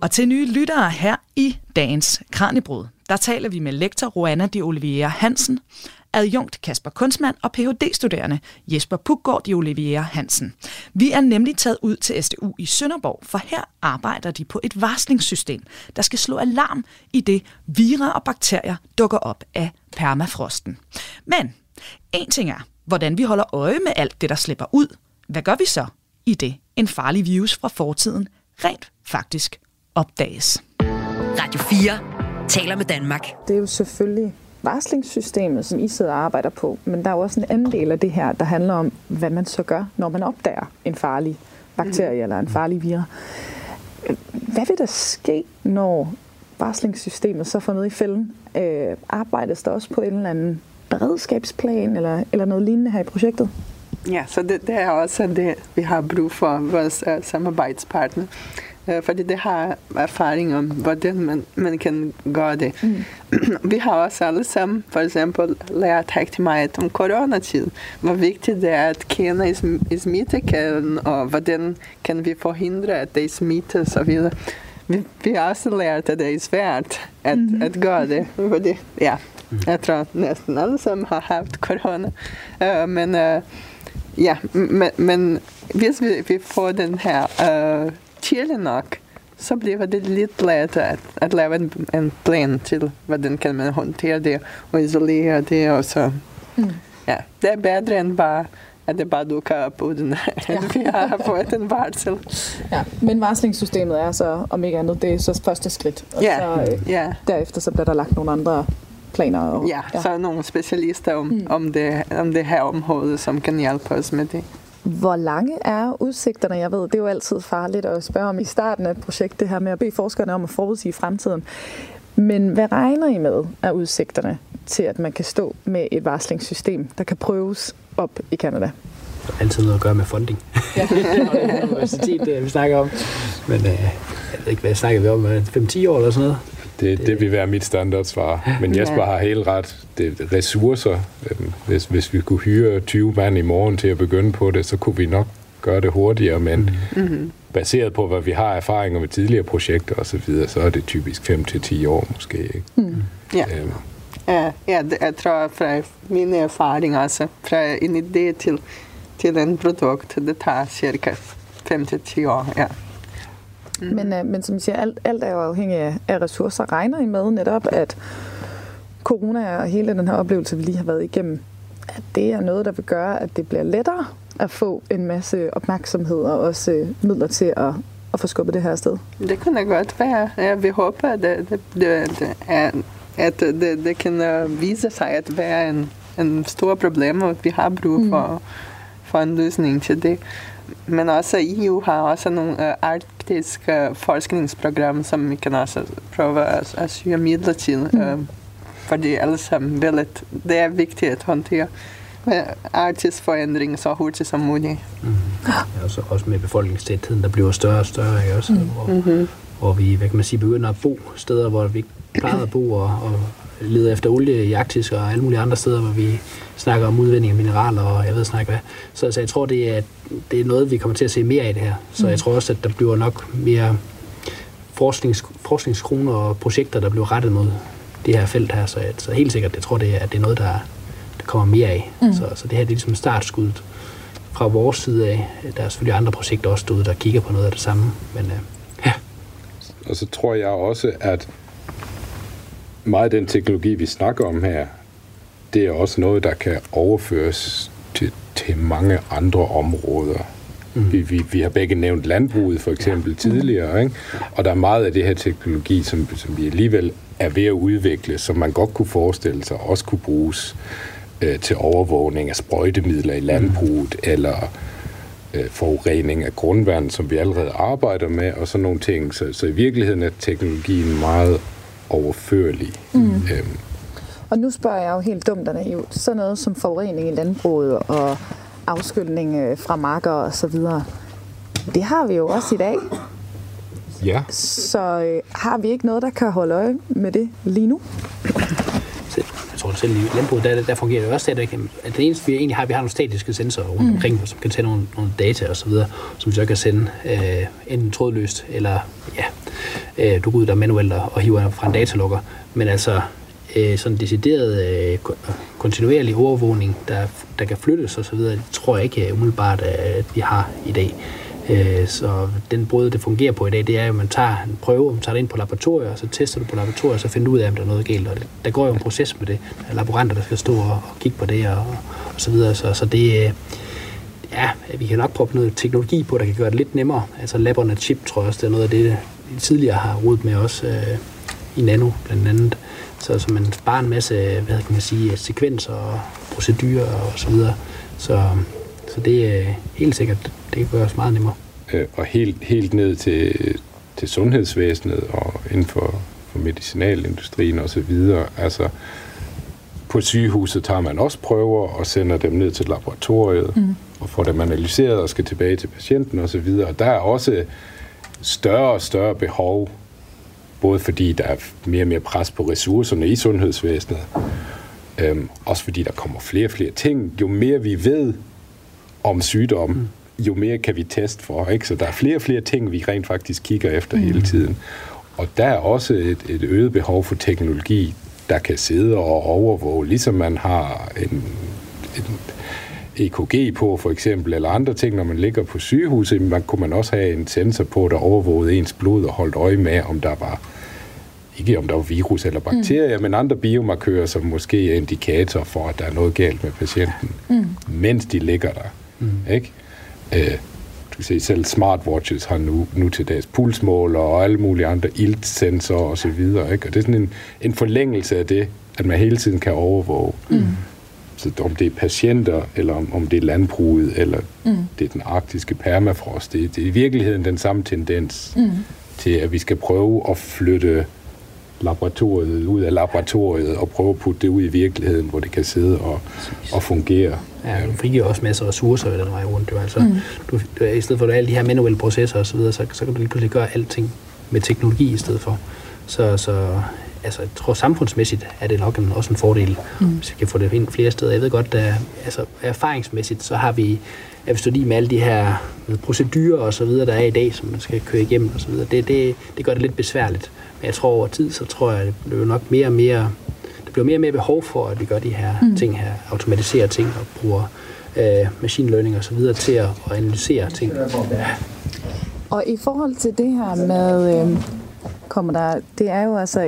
Speaker 3: Og til nye lyttere her i dagens Kraniebrud, der taler vi med lektor Roanna de Oliveira Hansen, adjunkt Kasper Kunstmann og Ph.D.-studerende Jesper Puggaard de Oliveira Hansen. Vi er nemlig taget ud til SDU i Sønderborg, for her arbejder de på et varslingssystem, der skal slå alarm i det vira og bakterier dukker op af permafrosten. Men en ting er, hvordan vi holder øje med alt det, der slipper ud. Hvad gør vi så i det, en farlig virus fra fortiden rent faktisk opdages?
Speaker 2: Radio 4 taler med Danmark.
Speaker 4: Det er jo selvfølgelig varslingssystemet, som I sidder og arbejder på, men der er jo også en anden del af det her, der handler om, hvad man så gør, når man opdager en farlig bakterie eller en farlig virus. Hvad vil der ske, når varslingssystemet så får noget i fælden? Arbejdes der også på en eller anden beredskabsplan eller noget lignende her i projektet?
Speaker 5: Ja, så det er også det, vi har brug for vores samarbejdspartner. Fordi det har erfaring om, hvordan man kan gøre det. Vi har også alle sammen, for eksempel, lært rigtig meget om coronatid. Hvor vigtigt det er at kende i smittekæden, og hvordan kan vi forhindre, at det smittes og videre. Vi har også lært, at det er svært at gøre det. Fordi, ja, jeg tror næsten alle sammen har haft corona. Men hvis vi får den her tidligt nok, så bliver det lidt lettere at lave en plan til, hvordan kan man håndtere det og isolere det. Og så. Ja, det er bedre end bare, at det bare dukker op, uden at vi har fået en varsel.
Speaker 4: Ja, men varslingssystemet er så, om ikke andet, det er så første skridt. Og så, derefter så bliver der lagt nogle andre planer. Og,
Speaker 5: så er nogle specialister om det her område, som kan hjælpe os med det.
Speaker 4: Hvor lange er udsigterne? Jeg ved, det er jo altid farligt at spørge om i starten af et projekt, det her med at bede forskerne om at forudsige fremtiden. Men hvad regner I med af udsigterne til, at man kan stå med et varslingssystem, der kan prøves op i Canada?
Speaker 7: Der er altid noget at gøre med funding. Ja. Det er universitet, vi snakker om. Men jeg ved ikke, hvad snakker vi om? 5-10 år eller sådan noget?
Speaker 6: Det vil være mit standardsvar. Men Jesper har helt ret. Det er ressourcer. Hvis vi kunne hyre 20 mand i morgen til at begynde på det, så kunne vi nok gøre det hurtigere. Men baseret på, hvad vi har erfaringer med tidligere projekter osv., så er det typisk 5-10 år måske. Ikke?
Speaker 5: Jeg tror fra mine erfaringer, altså fra en idé til en produkt, det tager cirka 5-10 år. Ja.
Speaker 4: Men som I siger, alt er jo afhængig af ressourcer. Regner I med netop, at corona og hele den her oplevelse, vi lige har været igennem, at det er noget, der vil gøre, at det bliver lettere at få en masse opmærksomhed og også midler til at få skubbet det her afsted? Det
Speaker 5: kunne godt være. Ja, vi håber, at det kan vise sig at være en stor problem, og vi har brug for en løsning til det. Men også EU har også nogle arktiske forskningsprogram, som vi kan også prøve at syge midler til. Fordi alle sammen vil, at det er vigtigt at håndtere arktisk forandring så hurtigt som muligt.
Speaker 7: Ja, også med befolkningstætheden, der bliver større og større, ikke også? Hvor vi, hvad kan man sige, begynder at bo steder, hvor vi ikke plejede at bo, og leder efter olie i Arktis og alle mulige andre steder, hvor vi snakker om udvinding af mineraler og jeg ved snakke hvad. Så jeg tror, det er noget, vi kommer til at se mere af det her. Så jeg tror også, at der bliver nok mere forskningskroner og projekter, der bliver rettet mod det her felt her. Så helt sikkert, jeg tror, det er noget, der kommer mere af. Så det her det er ligesom startskuddet fra vores side af. Der er selvfølgelig andre projekter også derude, der kigger på noget af det samme. Men ja.
Speaker 6: Og så tror jeg også, at meget af den teknologi, vi snakker om her, det er også noget, der kan overføres til mange andre områder. Vi har begge nævnt landbruget for eksempel tidligere, ikke? Og der er meget af det her teknologi, som vi alligevel er ved at udvikle, som man godt kunne forestille sig også kunne bruges til overvågning af sprøjtemidler i landbruget, eller forurening af grundvand, som vi allerede arbejder med, og sådan nogle ting. Så i virkeligheden er teknologien meget overførlig.
Speaker 4: Og nu spørger jeg jo helt dumt og naivt. Sådan noget som forurening i landbruget og afskyldning fra marker og så videre. Det har vi jo også i dag.
Speaker 6: Ja.
Speaker 4: Så har vi ikke noget, der kan holde øje med det lige nu?
Speaker 7: Jeg tror, selv i landbruget, der fungerer det også stadigvæk, at det eneste, vi egentlig har, vi har nogle statiske sensorer rundt omkring, som kan tage nogle data og så videre, som vi så kan sende enten trådløst, eller du går ud der manuelt og hiver fra en datalogger. Men altså, sådan decideret kontinuerlig overvågning, der kan flyttes og så videre, det tror jeg ikke umiddelbart, at vi har i dag. Så den måde, det fungerer på i dag, det er jo, at man tager en prøve, man tager det ind på laboratorier, og så tester du på laboratorier, og så finder du ud af, om der er noget galt. Og der går jo en proces med det. Der er laboranter, der skal stå og kigge på det og så videre. Så det, vi kan nok proppe noget teknologi på, der kan gøre det lidt nemmere. Altså labberne chip, tror jeg også, det er noget af det, vi tidligere har rodet med os i Nano, blandt andet. Så man sparer en masse, sekvenser og procedurer og så videre. Så det er helt sikkert, det kan gøres meget nemmere.
Speaker 6: Og helt ned til sundhedsvæsenet og inden for medicinalindustrien og så videre. Altså, på sygehuset tager man også prøver og sender dem ned til laboratoriet og får dem analyseret og skal tilbage til patienten og så videre. Og der er også større og større behov, både fordi der er mere og mere pres på ressourcerne i sundhedsvæsenet, også fordi der kommer flere og flere ting. Jo mere vi ved om sygdommen, jo mere kan vi teste for, ikke? Så der er flere og flere ting, vi rent faktisk kigger efter hele tiden. Og der er også et øget behov for teknologi, der kan sidde og overvåge, ligesom man har en EKG på, for eksempel, eller andre ting, når man ligger på sygehuset, kunne man også have en sensor på, der overvågede ens blod og holdt øje med, om der var virus eller bakterier, men andre biomarkører, som måske er indikator for, at der er noget galt med patienten, mens de ligger der. Ikke? Du kan se, selv smartwatches har nu til dags pulsmåler og alle mulige andre iltsensorer og så videre, ikke? Og det er sådan en forlængelse af det, at man hele tiden kan overvåge. Så om det er patienter, eller om det er landbruget, eller det er den arktiske permafrost, det er i virkeligheden den samme tendens til, at vi skal prøve at flytte laboratoriet ud af laboratoriet og prøve at putte det ud i virkeligheden, hvor det kan sidde og fungere.
Speaker 7: Ja, du frigiver også masser af ressourcer ved den vej rundt. Jo. Altså, i stedet for alle de her manuelle processer og så videre, så kan du lige pludselig gøre alting med teknologi i stedet for. Så altså, jeg tror samfundsmæssigt er det nok også en fordel, hvis vi kan få det ind flere steder. Jeg ved godt, at erfaringsmæssigt, så har vi, at vi står lige med alle de her procedurer og så videre, der er i dag, som man skal køre igennem og så videre. Det gør det lidt besværligt. Men jeg tror over tid, så tror jeg, at det bliver nok mere og mere behov for, at vi gør de her ting her, automatiserer ting og bruger machine learning og så videre til at analysere ting.
Speaker 4: Og i forhold til det her med, det er jo altså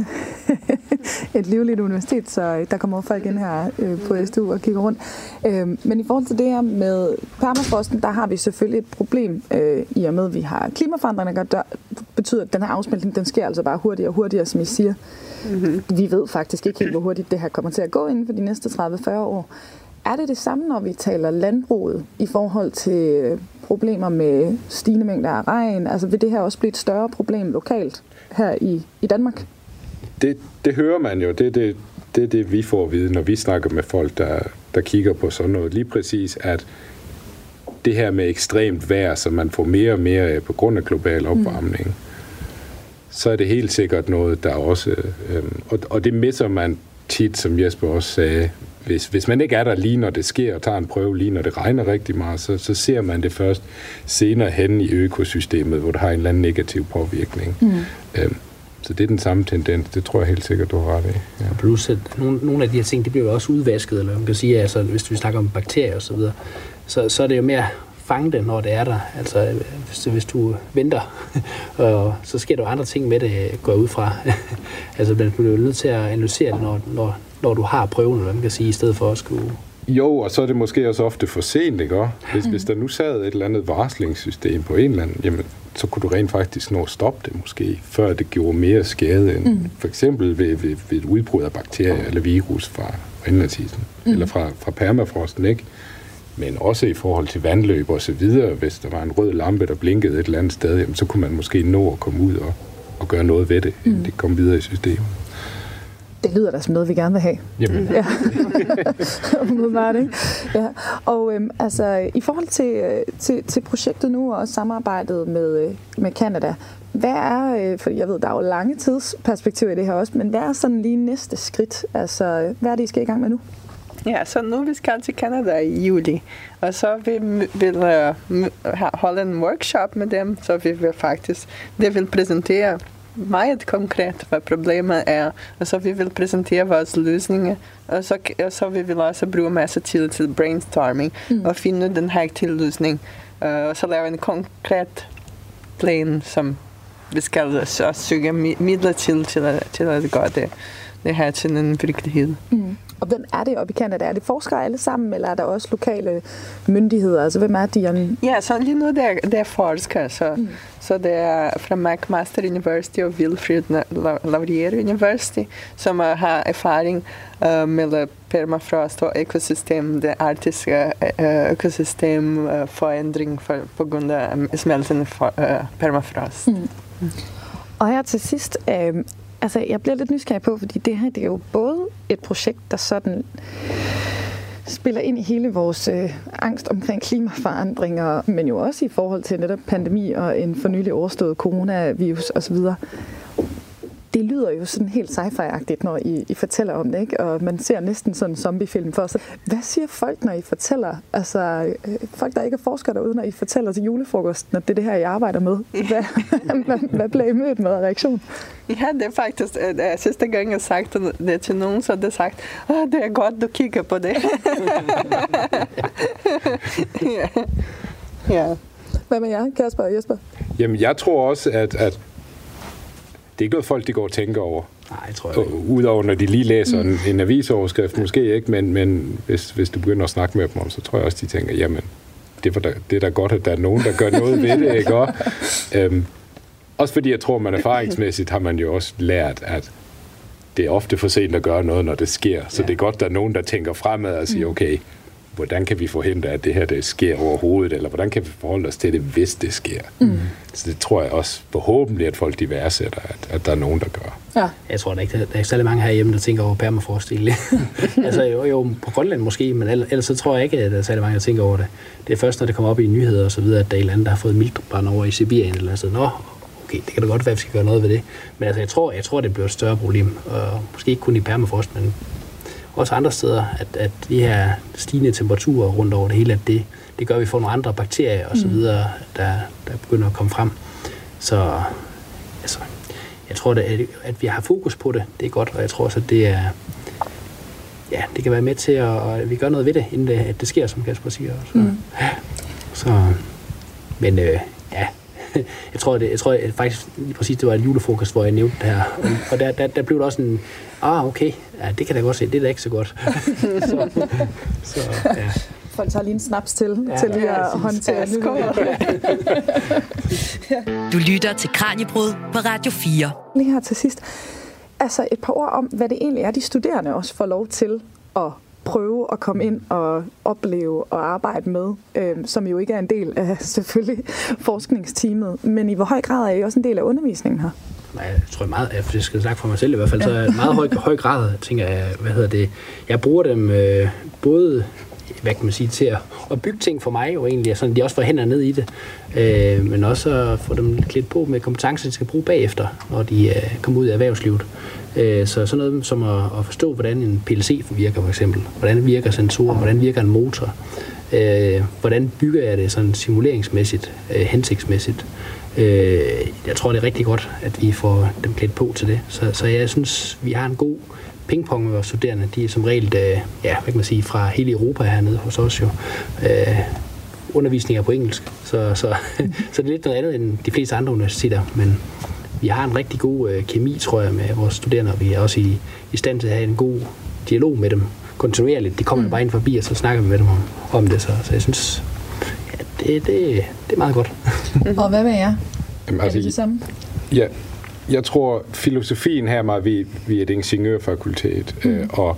Speaker 4: et livligt universitet, så der kommer folk ind her på SDU og kigger rundt. Men i forhold til det her med permafrosten, der har vi selvfølgelig et problem i og med, at vi har klimaforandringer, der betyder, at den her afsmeltning, den sker altså bare hurtigere og hurtigere, som I siger. Vi ved faktisk ikke helt, hvor hurtigt det her kommer til at gå inden for de næste 30-40 år. Er det samme, når vi taler landbruget i forhold til problemer med stigende mængder af regn? Altså vil det her også blive et større problem lokalt her i Danmark?
Speaker 6: Det hører man jo. Det er det, vi får at vide, når vi snakker med folk, der kigger på sådan noget. Lige præcis, at det her med ekstremt vejr, som man får mere og mere af på grund af global opvarmning, så er det helt sikkert noget, der også... Og det misser man tit, som Jesper også sagde. Hvis man ikke er der lige når det sker, og tager en prøve lige når det regner rigtig meget, så ser man det først senere hen i økosystemet, hvor det har en eller anden negativ påvirkning. Så det er den samme tendens, det tror jeg helt sikkert, du har ret i. Ja.
Speaker 7: Plus, at nogle af de her ting, det bliver jo også udvasket, eller man kan sige, altså, hvis vi snakker om bakterier og så videre, så er det jo mere fange det, når det er der. Altså, hvis du venter, og så sker der jo andre ting med det, går ud fra. Altså, man bliver jo nødt til at analysere det, når du har prøven, eller man kan sige, i stedet for at skulle...
Speaker 6: Jo, og så er det måske også ofte for sent, ikke? Hvis der nu sad et eller andet varslingssystem på en eller anden, jamen, så kunne du rent faktisk nå at stoppe det måske, før det gjorde mere skade end for eksempel ved et udbrud af bakterier eller virus fra indlandsisen, eller fra permafrosten, ikke? Men også i forhold til vandløb og så videre, hvis der var en rød lampe, der blinkede et eller andet sted, jamen, så kunne man måske nå at komme ud og gøre noget ved det, inden det kom videre i systemet.
Speaker 4: Det lyder da som noget, vi gerne vil have.
Speaker 6: Jamen.
Speaker 4: Ja. Ja. Og i forhold til projektet nu, og også samarbejdet med Canada, hvad er, fordi jeg ved, der er jo lange tidsperspektiver i det her også, men hvad er sådan lige næste skridt? Altså, hvad er det, I skal i gang med nu?
Speaker 5: Ja, så nu vi skal til Canada i juli, og så vil holde en workshop med dem, så vi vil faktisk, det vil præsentere meget konkret, hvad problemet er, og så vi vil præsentere vores løsninger, og så vi vil også bruge masser tid til brainstorming, og finde den rigtige løsning, og så lave en konkret plan, som vi skal også søge midler til at gøre det her til en virkelighed.
Speaker 4: Og hvem er det oppe i Canada? Er det forskere alle sammen, eller er der også lokale myndigheder? Altså, hvem er de?
Speaker 5: Ja, så lige nu det er forskere. Så det er fra McMaster University og Wilfrid Laurier University, som har erfaring med permafrost og økosystem, det arktiske økosystem forandring på grund af smeltende permafrost.
Speaker 4: Og her til sidst, jeg bliver lidt nysgerrig på, fordi det her, det er jo både et projekt, der sådan spiller ind i hele vores angst omkring klimaforandringer, men jo også i forhold til netop pandemi og en for nylig overstået coronavirus osv. Det lyder jo sådan helt sci-fi-agtigt, når I fortæller om det, ikke? Og man ser næsten sådan en zombiefilm for sig. Hvad siger folk, når I fortæller? Altså, folk, der ikke er forskere derude, når I fortæller til julefrokosten, at det er det her, I arbejder med. Hvad bliver I mødt med reaktion?
Speaker 5: Ja, det er faktisk, sidste gang jeg sagt det til nogen, så det sagt, det er godt, du kigger på det. Ja.
Speaker 4: Hvad med jer, Kasper og Jesper?
Speaker 6: Jamen, jeg tror også, at det er ikke noget folk, de går og tænker over.
Speaker 7: Nej, jeg tror ikke.
Speaker 6: Udover når de lige læser en avisoverskrift, måske ikke, men hvis du begynder at snakke med dem om, så tror jeg også, de tænker, jamen, det er da godt, at der er nogen, der gør noget ved det, ikke? Også fordi jeg tror, man erfaringsmæssigt har man jo også lært, at det er ofte for sent at gøre noget, når det sker. Så det er godt, at der er nogen, der tænker fremad og siger, okay, hvordan kan vi forhindre, at det her det sker overhovedet, eller hvordan kan vi forholde os til det, hvis det sker. Så det tror jeg også forhåbentlig, at folk de værdsætter, at der er nogen, der gør.
Speaker 7: Ja. Jeg tror, der er ikke særlig mange herhjemme, der tænker over permafrost egentlig. Altså jo, på Grønland måske, men ellers så tror jeg ikke, at der er særlig mange, der tænker over det. Det er først, når det kommer op i nyheder og så videre, at der er et eller andet, der har fået miltbrand over i Sibirien, eller sådan noget. Okay, det kan da godt være, at vi skal gøre noget ved det. Men altså, jeg tror, det bliver et større problem. Og måske ikke kun i permafrost, men også andre steder, at de her stigende temperaturer rundt over det hele, at det gør, at vi får nogle andre bakterier og så videre, der begynder at komme frem. Så altså, jeg tror, at vi har fokus på det, det er godt, og jeg tror også, at det er, ja, det kan være med til, at vi gør noget ved det, inden at det sker, som Kasper siger. Men ja, jeg tror faktisk lige præcis, det var en julefrokost, hvor jeg nævnte det her. Og der blev det også en, okay, ja, det kan da godt se, det er da ikke så godt. så ja.
Speaker 4: Folk tager lige en snaps til lige at håndtere det.
Speaker 2: Du lytter til Kraniebrud på Radio 4.
Speaker 4: Lige her til sidst. Altså et par ord om, hvad det egentlig er, de studerende også får lov til at prøve at komme ind og opleve og arbejde med, som jo ikke er en del af selvfølgelig forskningsteamet. Men i hvor høj grad er I også en del af undervisningen her?
Speaker 7: Jeg tror meget, for det skal jeg snakke for mig selv i hvert fald, så er meget høj grad, tænker jeg, jeg bruger dem både, hvad kan man sige, til at bygge ting for mig jo egentlig, sådan de også får hænder ned i det, men også at få dem klædt på med kompetencer, de skal bruge bagefter, når de kommer ud af erhvervslivet. Så sådan noget som at forstå, hvordan en PLC virker for eksempel, hvordan virker sensorer, hvordan virker en motor, hvordan bygger jeg det sådan simuleringsmæssigt, hensigtsmæssigt. Jeg tror, det er rigtig godt, at vi får dem klædt på til det. Så jeg synes, vi har en god pingpong med vores studerende. De er som regel, hvad kan man sige, fra hele Europa hernede hos os jo. Undervisninger på engelsk. Så det er lidt noget andet end de fleste andre universiteter, men vi har en rigtig god kemi, tror jeg, med vores studerende, og vi er også i stand til at have en god dialog med dem kontinuerligt. De kommer bare ind forbi, og så snakker vi med dem om det. Så jeg synes, det er meget godt.
Speaker 4: Og hvad med jer? Jamen, er det det samme?
Speaker 6: Ja, jeg tror, filosofien her meget, vi er et ingeniørfakultet, og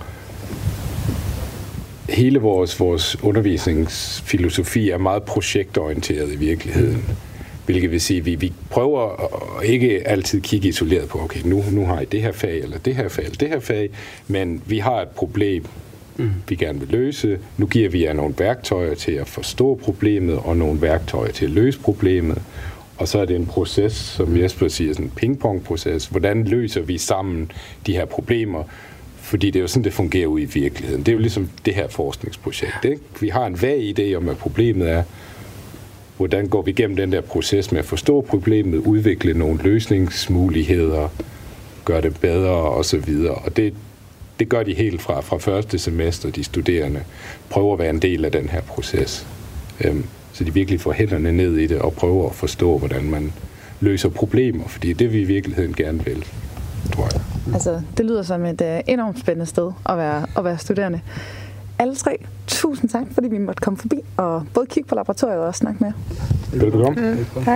Speaker 6: hele vores undervisningsfilosofi er meget projektorienteret i virkeligheden. Hvilket vil sige, at vi prøver at ikke altid kigge isoleret på, okay, nu har I det her fag, eller det her fag, eller det her fag, men vi har et problem, vi gerne vil løse. Nu giver vi jer nogle værktøjer til at forstå problemet, og nogle værktøjer til at løse problemet. Og så er det en proces, som Jesper siger, sådan en ping-pong-proces. Hvordan løser vi sammen de her problemer? Fordi det er jo sådan, det fungerer ude i virkeligheden. Det er jo ligesom det her forskningsprojekt. Ikke? Vi har en vag idé om, hvad problemet er. Hvordan går vi igennem den der proces med at forstå problemet, udvikle nogle løsningsmuligheder, gøre det bedre osv. Og det gør de helt fra første semester, de studerende prøver at være en del af den her proces. Så de virkelig får hænderne ned i det og prøver at forstå, hvordan man løser problemer, fordi det vi i virkeligheden gerne vil, tror jeg.
Speaker 4: Altså, det lyder som et enormt spændende sted at være studerende. Alle tre, tusind tak, fordi vi måtte komme forbi og både kigge på laboratoriet og snakke med.
Speaker 6: Velbekomme.
Speaker 4: Tak.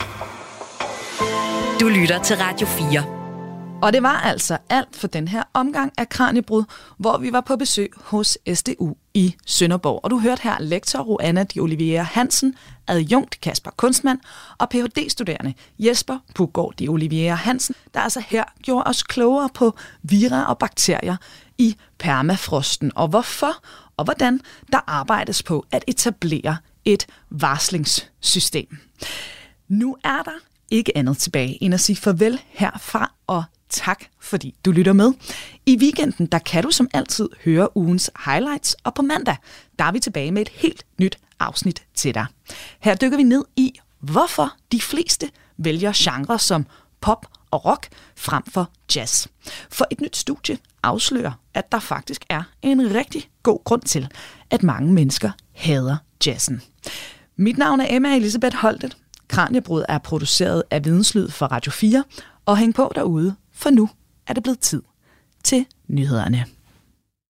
Speaker 2: Du lytter til Radio 4.
Speaker 3: Og det var altså alt for den her omgang af Kraniebrud, hvor vi var på besøg hos SDU i Sønderborg. Og du hørte her lektor Roanna de Oliveira Hansen, adjunkt Kasper Kunstmann og Ph.D.-studerende Jesper Puggaard de Oliveira Hansen, der altså her gjorde os klogere på vira og bakterier i permafrosten, og hvorfor og hvordan der arbejdes på at etablere et varslingssystem. Nu er der ikke andet tilbage end at sige farvel herfra og tak, fordi du lytter med. I weekenden, der kan du som altid høre ugens highlights, og på mandag, der er vi tilbage med et helt nyt afsnit til dig. Her dykker vi ned i, hvorfor de fleste vælger genrer som pop og rock frem for jazz. For et nyt studie afslører, at der faktisk er en rigtig god grund til, at mange mennesker hader jazzen. Mit navn er Emma Elisabeth Holtet. Kraniebrud er produceret af Videnslyd for Radio 4, og hæng på derude, for nu er det blevet tid til nyhederne.